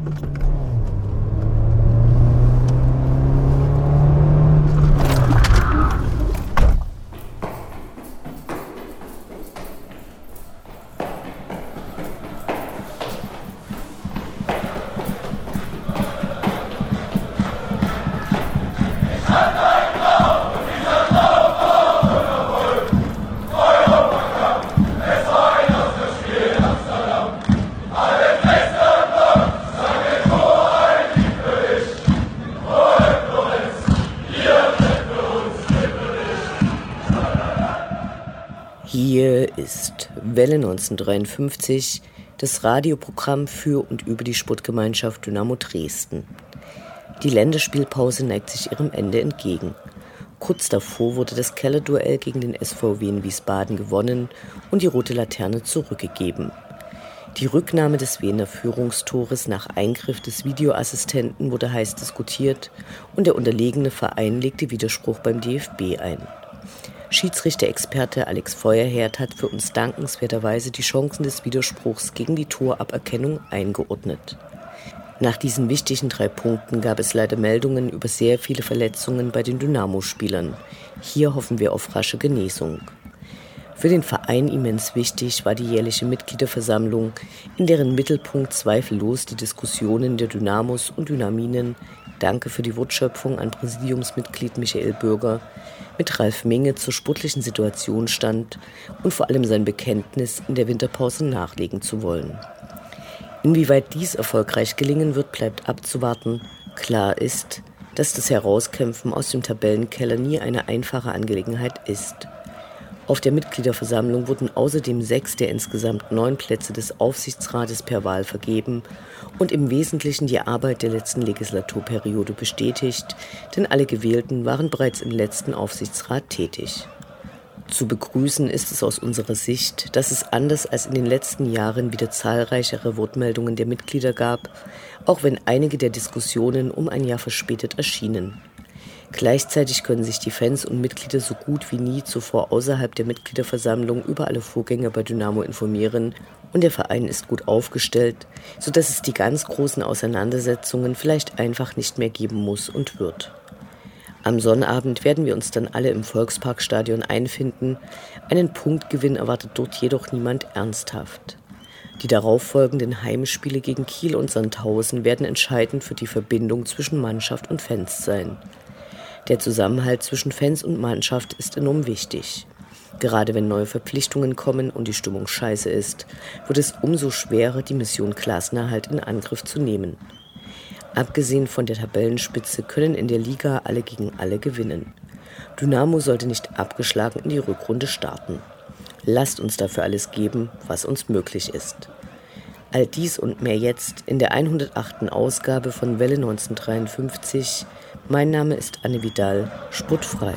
Hier ist Welle 1953, das Radioprogramm für und über die Sportgemeinschaft Dynamo Dresden. Die Länderspielpause neigt sich ihrem Ende entgegen. Kurz davor wurde das Kellerduell gegen den SVW in Wiesbaden gewonnen und die rote Laterne zurückgegeben. Die Rücknahme des Wiener Führungstores nach Eingriff des Videoassistenten wurde heiß diskutiert und der unterlegene Verein legte Widerspruch beim DFB ein. Schiedsrichter-Experte Alex Feuerherd hat für uns dankenswerterweise die Chancen des Widerspruchs gegen die Toraberkennung eingeordnet. Nach diesen wichtigen 3 Punkten gab es leider Meldungen über sehr viele Verletzungen bei den Dynamo-Spielern. Hier hoffen wir auf rasche Genesung. Für den Verein immens wichtig war die jährliche Mitgliederversammlung, in deren Mittelpunkt zweifellos die Diskussionen der Dynamos und Dynaminen, danke für die Wortschöpfung an Präsidiumsmitglied Michael Bürger, mit Ralf Minge zur sportlichen Situation stand und vor allem sein Bekenntnis, in der Winterpause nachlegen zu wollen. Inwieweit dies erfolgreich gelingen wird, bleibt abzuwarten. Klar ist, dass das Herauskämpfen aus dem Tabellenkeller nie eine einfache Angelegenheit ist. Auf der Mitgliederversammlung wurden außerdem 6 der insgesamt 9 Plätze des Aufsichtsrates per Wahl vergeben und im Wesentlichen die Arbeit der letzten Legislaturperiode bestätigt, denn alle Gewählten waren bereits im letzten Aufsichtsrat tätig. Zu begrüßen ist es aus unserer Sicht, dass es anders als in den letzten Jahren wieder zahlreichere Wortmeldungen der Mitglieder gab, auch wenn einige der Diskussionen um ein Jahr verspätet erschienen. Gleichzeitig können sich die Fans und Mitglieder so gut wie nie zuvor außerhalb der Mitgliederversammlung über alle Vorgänge bei Dynamo informieren und der Verein ist gut aufgestellt, sodass es die ganz großen Auseinandersetzungen vielleicht einfach nicht mehr geben muss und wird. Am Sonnabend werden wir uns dann alle im Volksparkstadion einfinden. Einen Punktgewinn erwartet dort jedoch niemand ernsthaft. Die darauffolgenden Heimspiele gegen Kiel und Sandhausen werden entscheidend für die Verbindung zwischen Mannschaft und Fans sein. Der Zusammenhalt zwischen Fans und Mannschaft ist enorm wichtig. Gerade wenn neue Verpflichtungen kommen und die Stimmung scheiße ist, wird es umso schwerer, die Mission Klassenerhalt in Angriff zu nehmen. Abgesehen von der Tabellenspitze können in der Liga alle gegen alle gewinnen. Dynamo sollte nicht abgeschlagen in die Rückrunde starten. Lasst uns dafür alles geben, was uns möglich ist. All dies und mehr jetzt in der 108. Ausgabe von Welle 1953. Mein Name ist Anne Vidal, sportfrei.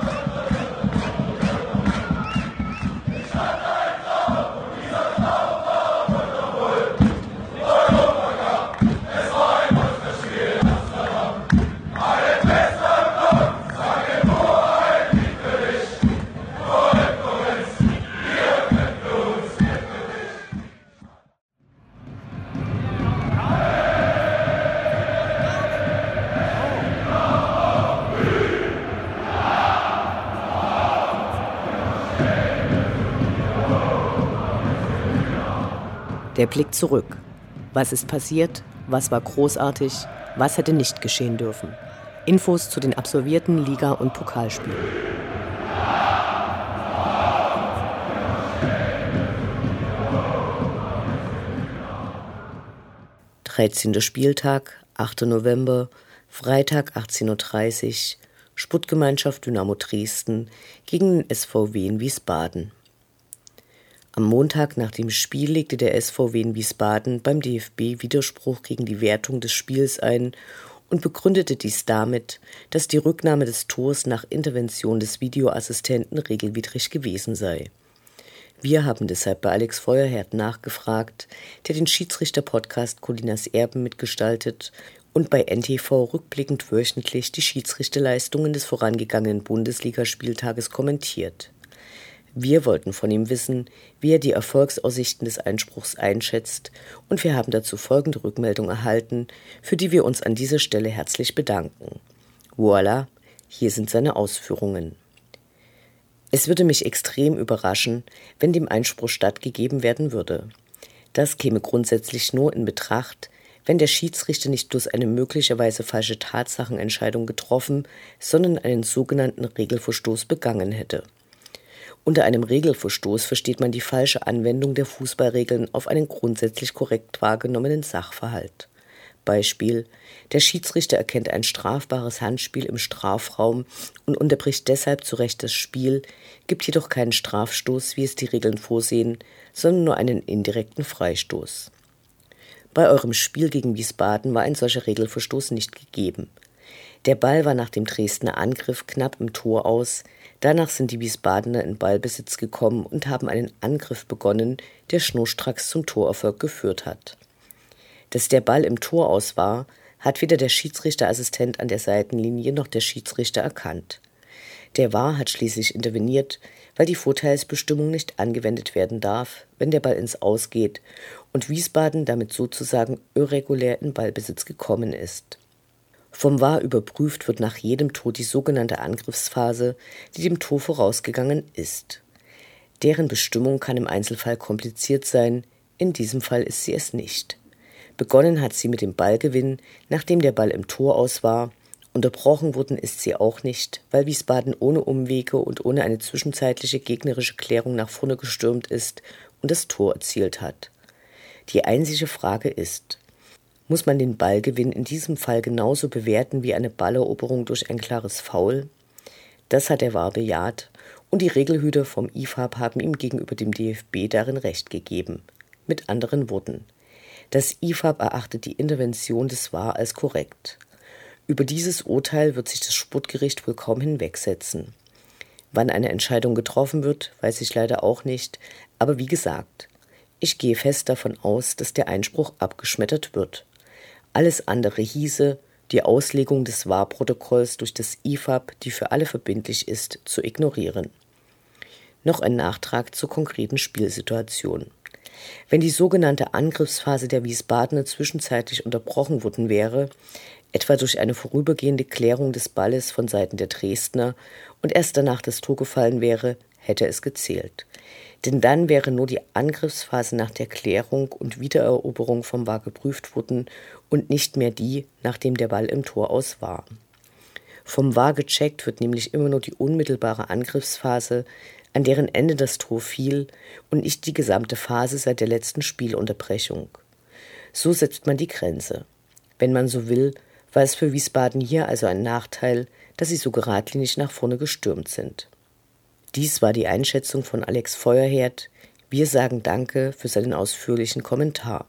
Der Blick zurück. Was ist passiert? Was war großartig? Was hätte nicht geschehen dürfen? Infos zu den absolvierten Liga- und Pokalspielen. – 13. Spieltag, 8. November, Freitag 18:30 Uhr, Sportgemeinschaft Dynamo Dresden gegen den SVW in Wiesbaden. Am Montag nach dem Spiel legte der SVW in Wiesbaden beim DFB Widerspruch gegen die Wertung des Spiels ein und begründete dies damit, dass die Rücknahme des Tors nach Intervention des Videoassistenten regelwidrig gewesen sei. Wir haben deshalb bei Alex Feuerherd nachgefragt, der den Schiedsrichter-Podcast Colinas Erben mitgestaltet und bei NTV rückblickend wöchentlich die Schiedsrichterleistungen des vorangegangenen Bundesligaspieltages kommentiert. Wir wollten von ihm wissen, wie er die Erfolgsaussichten des Einspruchs einschätzt, und wir haben dazu folgende Rückmeldung erhalten, für die wir uns an dieser Stelle herzlich bedanken. Voilà, hier sind seine Ausführungen. Es würde mich extrem überraschen, wenn dem Einspruch stattgegeben werden würde. Das käme grundsätzlich nur in Betracht, wenn der Schiedsrichter nicht bloß eine möglicherweise falsche Tatsachenentscheidung getroffen, sondern einen sogenannten Regelverstoß begangen hätte. Unter einem Regelverstoß versteht man die falsche Anwendung der Fußballregeln auf einen grundsätzlich korrekt wahrgenommenen Sachverhalt. Beispiel: Der Schiedsrichter erkennt ein strafbares Handspiel im Strafraum und unterbricht deshalb zu Recht das Spiel, gibt jedoch keinen Strafstoß, wie es die Regeln vorsehen, sondern nur einen indirekten Freistoß. Bei eurem Spiel gegen Wiesbaden war ein solcher Regelverstoß nicht gegeben. Der Ball war nach dem Dresdner Angriff knapp im Tor aus, danach sind die Wiesbadener in Ballbesitz gekommen und haben einen Angriff begonnen, der schnurstracks zum Torerfolg geführt hat. Dass der Ball im Tor aus war, hat weder der Schiedsrichterassistent an der Seitenlinie noch der Schiedsrichter erkannt. Der VAR hat schließlich interveniert, weil die Vorteilsbestimmung nicht angewendet werden darf, wenn der Ball ins Aus geht und Wiesbaden damit sozusagen irregulär in Ballbesitz gekommen ist. Vom VAR überprüft wird nach jedem Tor die sogenannte Angriffsphase, die dem Tor vorausgegangen ist. Deren Bestimmung kann im Einzelfall kompliziert sein, in diesem Fall ist sie es nicht. Begonnen hat sie mit dem Ballgewinn, nachdem der Ball im Tor aus war. Unterbrochen worden ist sie auch nicht, weil Wiesbaden ohne Umwege und ohne eine zwischenzeitliche gegnerische Klärung nach vorne gestürmt ist und das Tor erzielt hat. Die einzige Frage ist: Muss man den Ballgewinn in diesem Fall genauso bewerten wie eine Balleroberung durch ein klares Foul? Das hat der VAR bejaht und die Regelhüter vom IFAB haben ihm gegenüber dem DFB darin Recht gegeben. Mit anderen Worten: Das IFAB erachtet die Intervention des VAR als korrekt. Über dieses Urteil wird sich das Sportgericht wohl kaum hinwegsetzen. Wann eine Entscheidung getroffen wird, weiß ich leider auch nicht, aber wie gesagt, ich gehe fest davon aus, dass der Einspruch abgeschmettert wird. Alles andere hieße, die Auslegung des VAR-Protokolls durch das IFAB, die für alle verbindlich ist, zu ignorieren. Noch ein Nachtrag zur konkreten Spielsituation. Wenn die sogenannte Angriffsphase der Wiesbadener zwischenzeitlich unterbrochen worden wäre, etwa durch eine vorübergehende Klärung des Balles von Seiten der Dresdner und erst danach das Tor gefallen wäre, hätte es gezählt. Denn dann wäre nur die Angriffsphase nach der Klärung und Wiedereroberung vom VAR geprüft worden und nicht mehr die, nachdem der Ball im Tor aus war. Vom VAR gecheckt wird nämlich immer nur die unmittelbare Angriffsphase, an deren Ende das Tor fiel, und nicht die gesamte Phase seit der letzten Spielunterbrechung. So setzt man die Grenze. Wenn man so will, war es für Wiesbaden hier also ein Nachteil, dass sie so geradlinig nach vorne gestürmt sind. Dies war die Einschätzung von Alex Feuerherd. Wir sagen Danke für seinen ausführlichen Kommentar.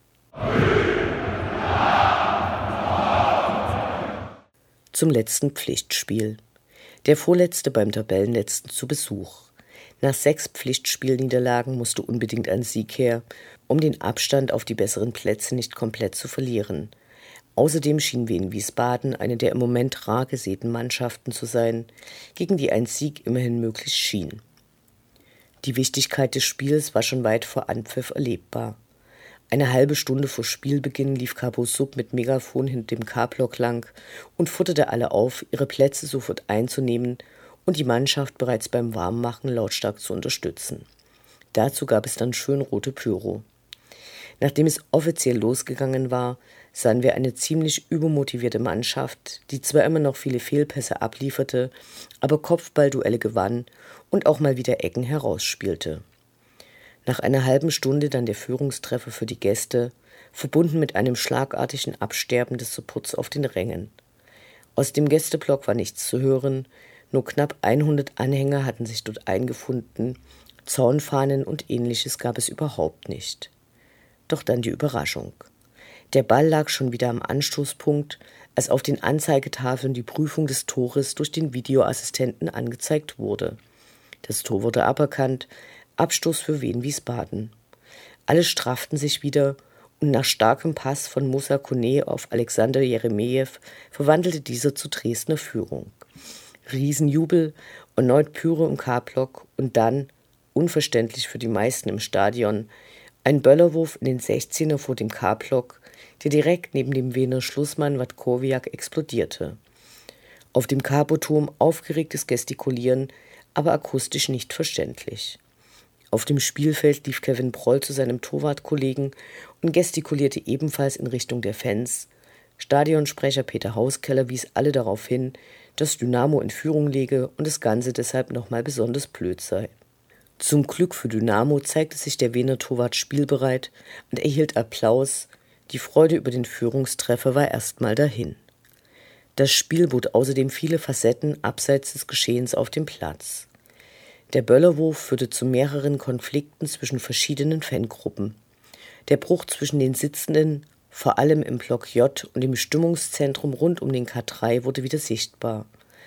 Zum letzten Pflichtspiel. Der vorletzte beim Tabellenletzten zu Besuch. Nach 6 Pflichtspielniederlagen musste unbedingt ein Sieg her, um den Abstand auf die besseren Plätze nicht komplett zu verlieren. Außerdem schien Wien Wiesbaden eine der im Moment rar gesäten Mannschaften zu sein, gegen die ein Sieg immerhin möglich schien. Die Wichtigkeit des Spiels war schon weit vor Anpfiff erlebbar. Eine halbe Stunde vor Spielbeginn lief Cabo Sub mit Megafon hinter dem K-Block lang und forderte alle auf, ihre Plätze sofort einzunehmen und die Mannschaft bereits beim Warmmachen lautstark zu unterstützen. Dazu gab es dann schön rote Pyro. Nachdem es offiziell losgegangen war, sahen wir eine ziemlich übermotivierte Mannschaft, die zwar immer noch viele Fehlpässe ablieferte, aber Kopfballduelle gewann und auch mal wieder Ecken herausspielte. Nach einer halben Stunde dann der Führungstreffer für die Gäste, verbunden mit einem schlagartigen Absterben des Supports auf den Rängen. Aus dem Gästeblock war nichts zu hören, nur knapp 100 Anhänger hatten sich dort eingefunden, Zaunfahnen und Ähnliches gab es überhaupt nicht. Doch dann die Überraschung. Der Ball lag schon wieder am Anstoßpunkt, als auf den Anzeigetafeln die Prüfung des Tores durch den Videoassistenten angezeigt wurde. Das Tor wurde aberkannt, Abstoß für Wien Wiesbaden. Alle strafften sich wieder und nach starkem Pass von Moussa Kone auf Alexander Jeremejew verwandelte dieser zur Dresdner Führung. Riesenjubel, erneut Pyro im K-Block und dann, unverständlich für die meisten im Stadion, ein Böllerwurf in den 16er vor dem K-Block, der direkt neben dem Wiener Schlussmann Watkowiak explodierte. Auf dem Carbo-Turm aufgeregtes Gestikulieren, aber akustisch nicht verständlich. Auf dem Spielfeld lief Kevin Proll zu seinem Torwartkollegen und gestikulierte ebenfalls in Richtung der Fans. Stadionsprecher Peter Hauskeller wies alle darauf hin, dass Dynamo in Führung läge und das Ganze deshalb nochmal besonders blöd sei. Zum Glück für Dynamo zeigte sich der Wiener Torwart spielbereit und erhielt Applaus. Die Freude über den Führungstreffer war erstmal dahin. Das Spiel bot außerdem viele Facetten abseits des Geschehens auf dem Platz. Der Böllerwurf führte zu mehreren Konflikten zwischen verschiedenen Fangruppen. Der Bruch zwischen den Sitzenden, vor allem im Block J und im Stimmungszentrum rund um den K3, wurde wieder sichtbar.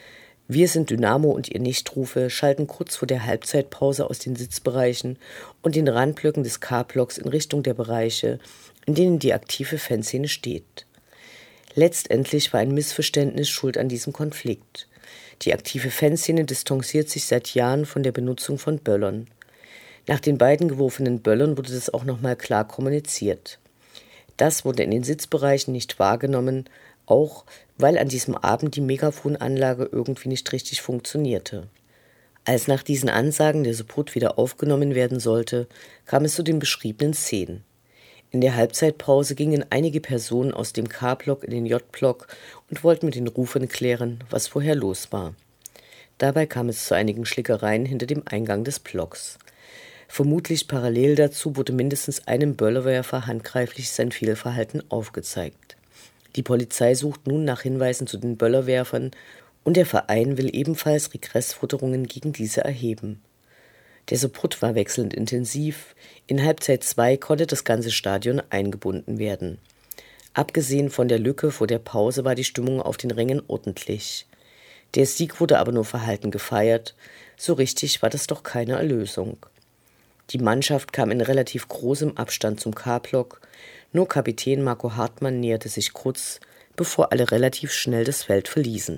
Wir sind Dynamo und ihr Nichtrufe schalten kurz vor der Halbzeitpause aus den Sitzbereichen und den Randblöcken des K-Blocks in Richtung der Bereiche, in denen die aktive Fanszene steht. Letztendlich war ein Missverständnis schuld an diesem Konflikt. Die aktive Fanszene distanziert sich seit Jahren von der Benutzung von Böllern. Nach den beiden geworfenen Böllern wurde das auch nochmal klar kommuniziert. Das wurde in den Sitzbereichen nicht wahrgenommen, auch weil an diesem Abend die Megafonanlage irgendwie nicht richtig funktionierte. Als nach diesen Ansagen der Support wieder aufgenommen werden sollte, kam es zu den beschriebenen Szenen. In der Halbzeitpause gingen einige Personen aus dem K-Block in den J-Block und wollten mit den Rufern klären, was vorher los war. Dabei kam es zu einigen Schlägereien hinter dem Eingang des Blocks. Vermutlich parallel dazu wurde mindestens einem Böllerwerfer handgreiflich sein Fehlverhalten aufgezeigt. Die Polizei sucht nun nach Hinweisen zu den Böllerwerfern und der Verein will ebenfalls Regressforderungen gegen diese erheben. Der Support war wechselnd intensiv. In Halbzeit 2 konnte das ganze Stadion eingebunden werden. Abgesehen von der Lücke vor der Pause war die Stimmung auf den Rängen ordentlich. Der Sieg wurde aber nur verhalten gefeiert. So richtig war das doch keine Erlösung. Die Mannschaft kam in relativ großem Abstand zum K-Block. Nur Kapitän Marco Hartmann näherte sich kurz, bevor alle relativ schnell das Feld verließen.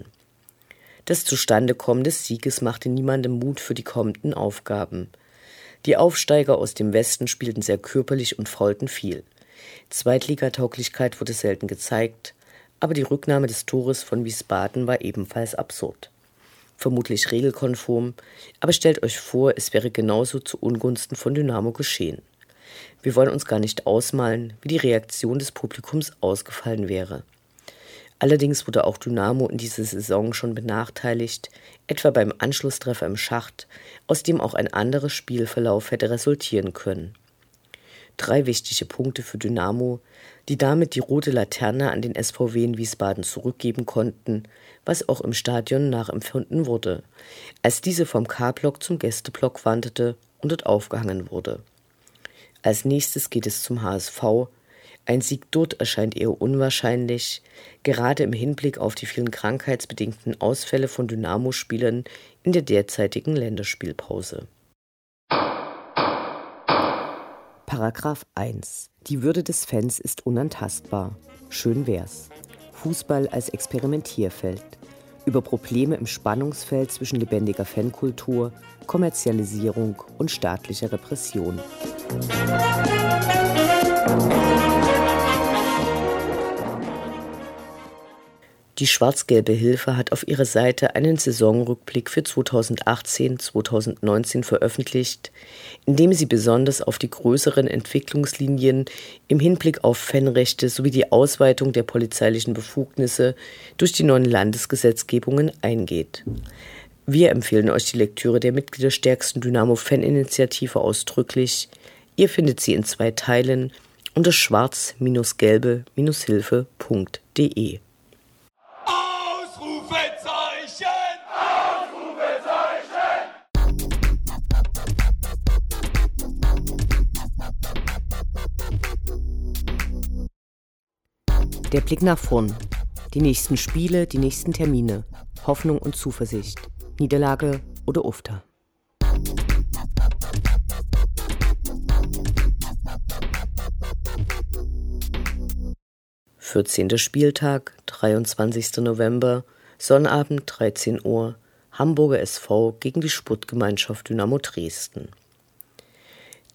Das Zustandekommen des Sieges machte niemandem Mut für die kommenden Aufgaben. Die Aufsteiger aus dem Westen spielten sehr körperlich und faulten viel. Zweitligatauglichkeit wurde selten gezeigt, aber die Rücknahme des Tores von Wiesbaden war ebenfalls absurd. Vermutlich regelkonform, aber stellt euch vor, es wäre genauso zu Ungunsten von Dynamo geschehen. Wir wollen uns gar nicht ausmalen, wie die Reaktion des Publikums ausgefallen wäre. Allerdings wurde auch Dynamo in dieser Saison schon benachteiligt, etwa beim Anschlusstreffer im Schacht, aus dem auch ein anderer Spielverlauf hätte resultieren können. 3 wichtige Punkte für Dynamo, die damit die rote Laterne an den SVW in Wiesbaden zurückgeben konnten, was auch im Stadion nachempfunden wurde, als diese vom K-Block zum Gästeblock wanderte und dort aufgehangen wurde. Als nächstes geht es zum HSV. Ein Sieg dort erscheint eher unwahrscheinlich, gerade im Hinblick auf die vielen krankheitsbedingten Ausfälle von Dynamo-Spielern in der derzeitigen Länderspielpause. Paragraph 1. Die Würde des Fans ist unantastbar. Schön wär's. Fußball als Experimentierfeld. Über Probleme im Spannungsfeld zwischen lebendiger Fankultur, Kommerzialisierung und staatlicher Repression. Die schwarz-gelbe Hilfe hat auf ihrer Seite einen Saisonrückblick für 2018-2019 veröffentlicht, in dem sie besonders auf die größeren Entwicklungslinien im Hinblick auf Fanrechte sowie die Ausweitung der polizeilichen Befugnisse durch die neuen Landesgesetzgebungen eingeht. Wir empfehlen euch die Lektüre der mitgliederstärksten Dynamo-Faninitiative ausdrücklich. Ihr findet sie in 2 Teilen unter schwarz-gelbe-hilfe.de. Der Blick nach vorn. Die nächsten Spiele, die nächsten Termine. Hoffnung und Zuversicht. Niederlage oder Ufter. Vierzehnter Spieltag, 23. November, Sonnabend 13 Uhr, Hamburger SV gegen die Sportgemeinschaft Dynamo Dresden.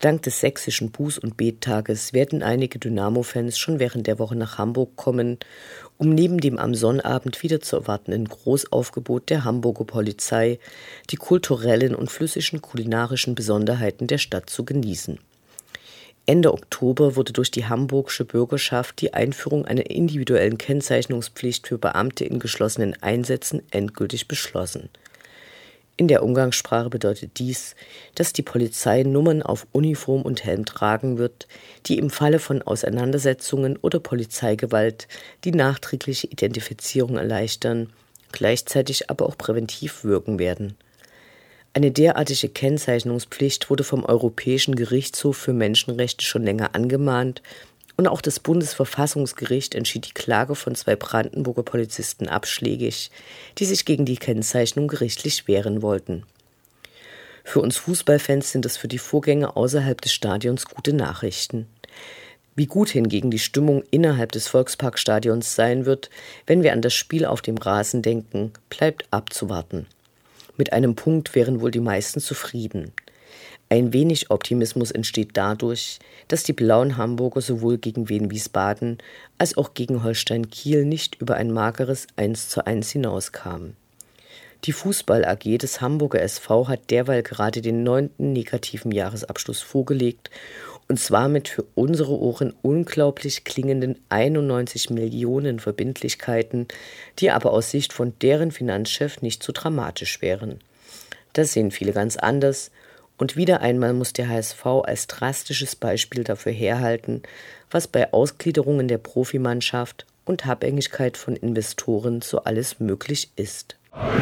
Dank des sächsischen Buß- und Bettages werden einige Dynamo-Fans schon während der Woche nach Hamburg kommen, um neben dem am Sonnabend wieder zu erwartenden Großaufgebot der Hamburger Polizei die kulturellen und flüssigen kulinarischen Besonderheiten der Stadt zu genießen. Ende Oktober wurde durch die hamburgische Bürgerschaft die Einführung einer individuellen Kennzeichnungspflicht für Beamte in geschlossenen Einsätzen endgültig beschlossen. In der Umgangssprache bedeutet dies, dass die Polizei Nummern auf Uniform und Helm tragen wird, die im Falle von Auseinandersetzungen oder Polizeigewalt die nachträgliche Identifizierung erleichtern, gleichzeitig aber auch präventiv wirken werden. Eine derartige Kennzeichnungspflicht wurde vom Europäischen Gerichtshof für Menschenrechte schon länger angemahnt und auch das Bundesverfassungsgericht entschied die Klage von 2 Brandenburger Polizisten abschlägig, die sich gegen die Kennzeichnung gerichtlich wehren wollten. Für uns Fußballfans sind es für die Vorgänge außerhalb des Stadions gute Nachrichten. Wie gut hingegen die Stimmung innerhalb des Volksparkstadions sein wird, wenn wir an das Spiel auf dem Rasen denken, bleibt abzuwarten. Mit einem Punkt wären wohl die meisten zufrieden. Ein wenig Optimismus entsteht dadurch, dass die blauen Hamburger sowohl gegen Wien Wiesbaden als auch gegen Holstein Kiel nicht über ein mageres 1:1 hinauskamen. Die Fußball AG des Hamburger SV hat derweil gerade den 9. negativen Jahresabschluss vorgelegt, und zwar mit für unsere Ohren unglaublich klingenden 91 Millionen Verbindlichkeiten, die aber aus Sicht von deren Finanzchef nicht so dramatisch wären. Das sehen viele ganz anders. Und wieder einmal muss der HSV als drastisches Beispiel dafür herhalten, was bei Ausgliederungen der Profimannschaft und Abhängigkeit von Investoren so alles möglich ist.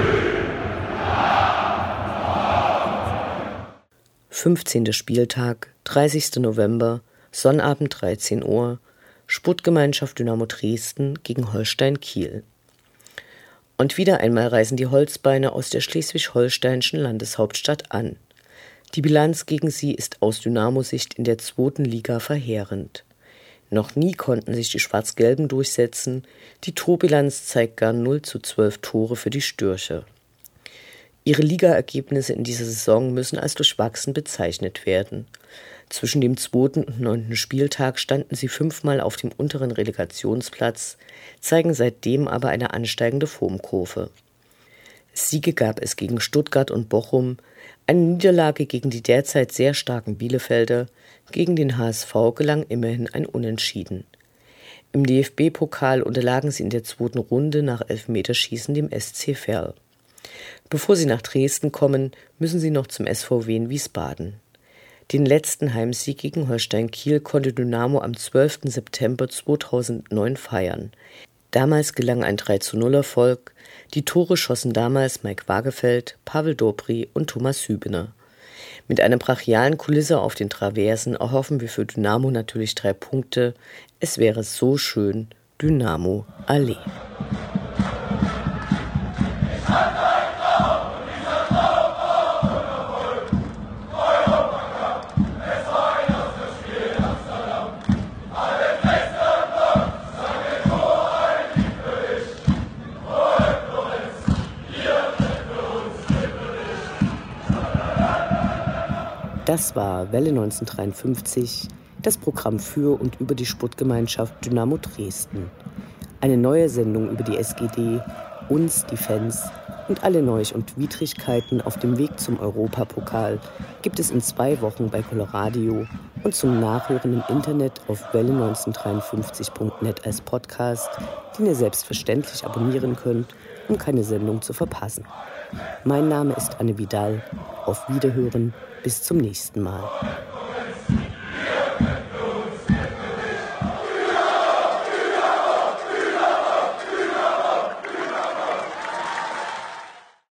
15. Spieltag, 30. November, Sonnabend 13 Uhr, Sportgemeinschaft Dynamo Dresden gegen Holstein Kiel. Und wieder einmal reisen die Holzbeine aus der schleswig-holsteinischen Landeshauptstadt an. Die Bilanz gegen sie ist aus Dynamo-Sicht in der 2. Liga verheerend. Noch nie konnten sich die Schwarz-Gelben durchsetzen, die Torbilanz zeigt gar 0:12 Tore für die Störche. Ihre Ligaergebnisse in dieser Saison müssen als durchwachsen bezeichnet werden. Zwischen dem 2. und 9. Spieltag standen sie 5-mal auf dem unteren Relegationsplatz, zeigen seitdem aber eine ansteigende Formkurve. Siege gab es gegen Stuttgart und Bochum, eine Niederlage gegen die derzeit sehr starken Bielefelder, gegen den HSV gelang immerhin ein Unentschieden. Im DFB-Pokal unterlagen sie in der 2. Runde nach Elfmeterschießen dem SC Verl. Bevor sie nach Dresden kommen, müssen sie noch zum SV Wien Wiesbaden. Den letzten Heimsieg gegen Holstein Kiel konnte Dynamo am 12. September 2009 feiern. Damals gelang ein 3:0-Erfolg. Die Tore schossen damals Mike Wagefeld, Pavel Dobry und Thomas Hübener. Mit einer brachialen Kulisse auf den Traversen erhoffen wir für Dynamo natürlich 3 Punkte. Es wäre so schön. Dynamo Allee. Das war Welle 1953, das Programm für und über die Sportgemeinschaft Dynamo Dresden. Eine neue Sendung über die SGD, uns, die Fans und alle Neuigkeiten und Widrigkeiten auf dem Weg zum Europapokal gibt es in 2 Wochen bei Coloradio und zum Nachhören im Internet auf welle1953.net als Podcast, den ihr selbstverständlich abonnieren könnt, um keine Sendung zu verpassen. Mein Name ist Anne Vidal. Auf Wiederhören. Bis zum nächsten Mal.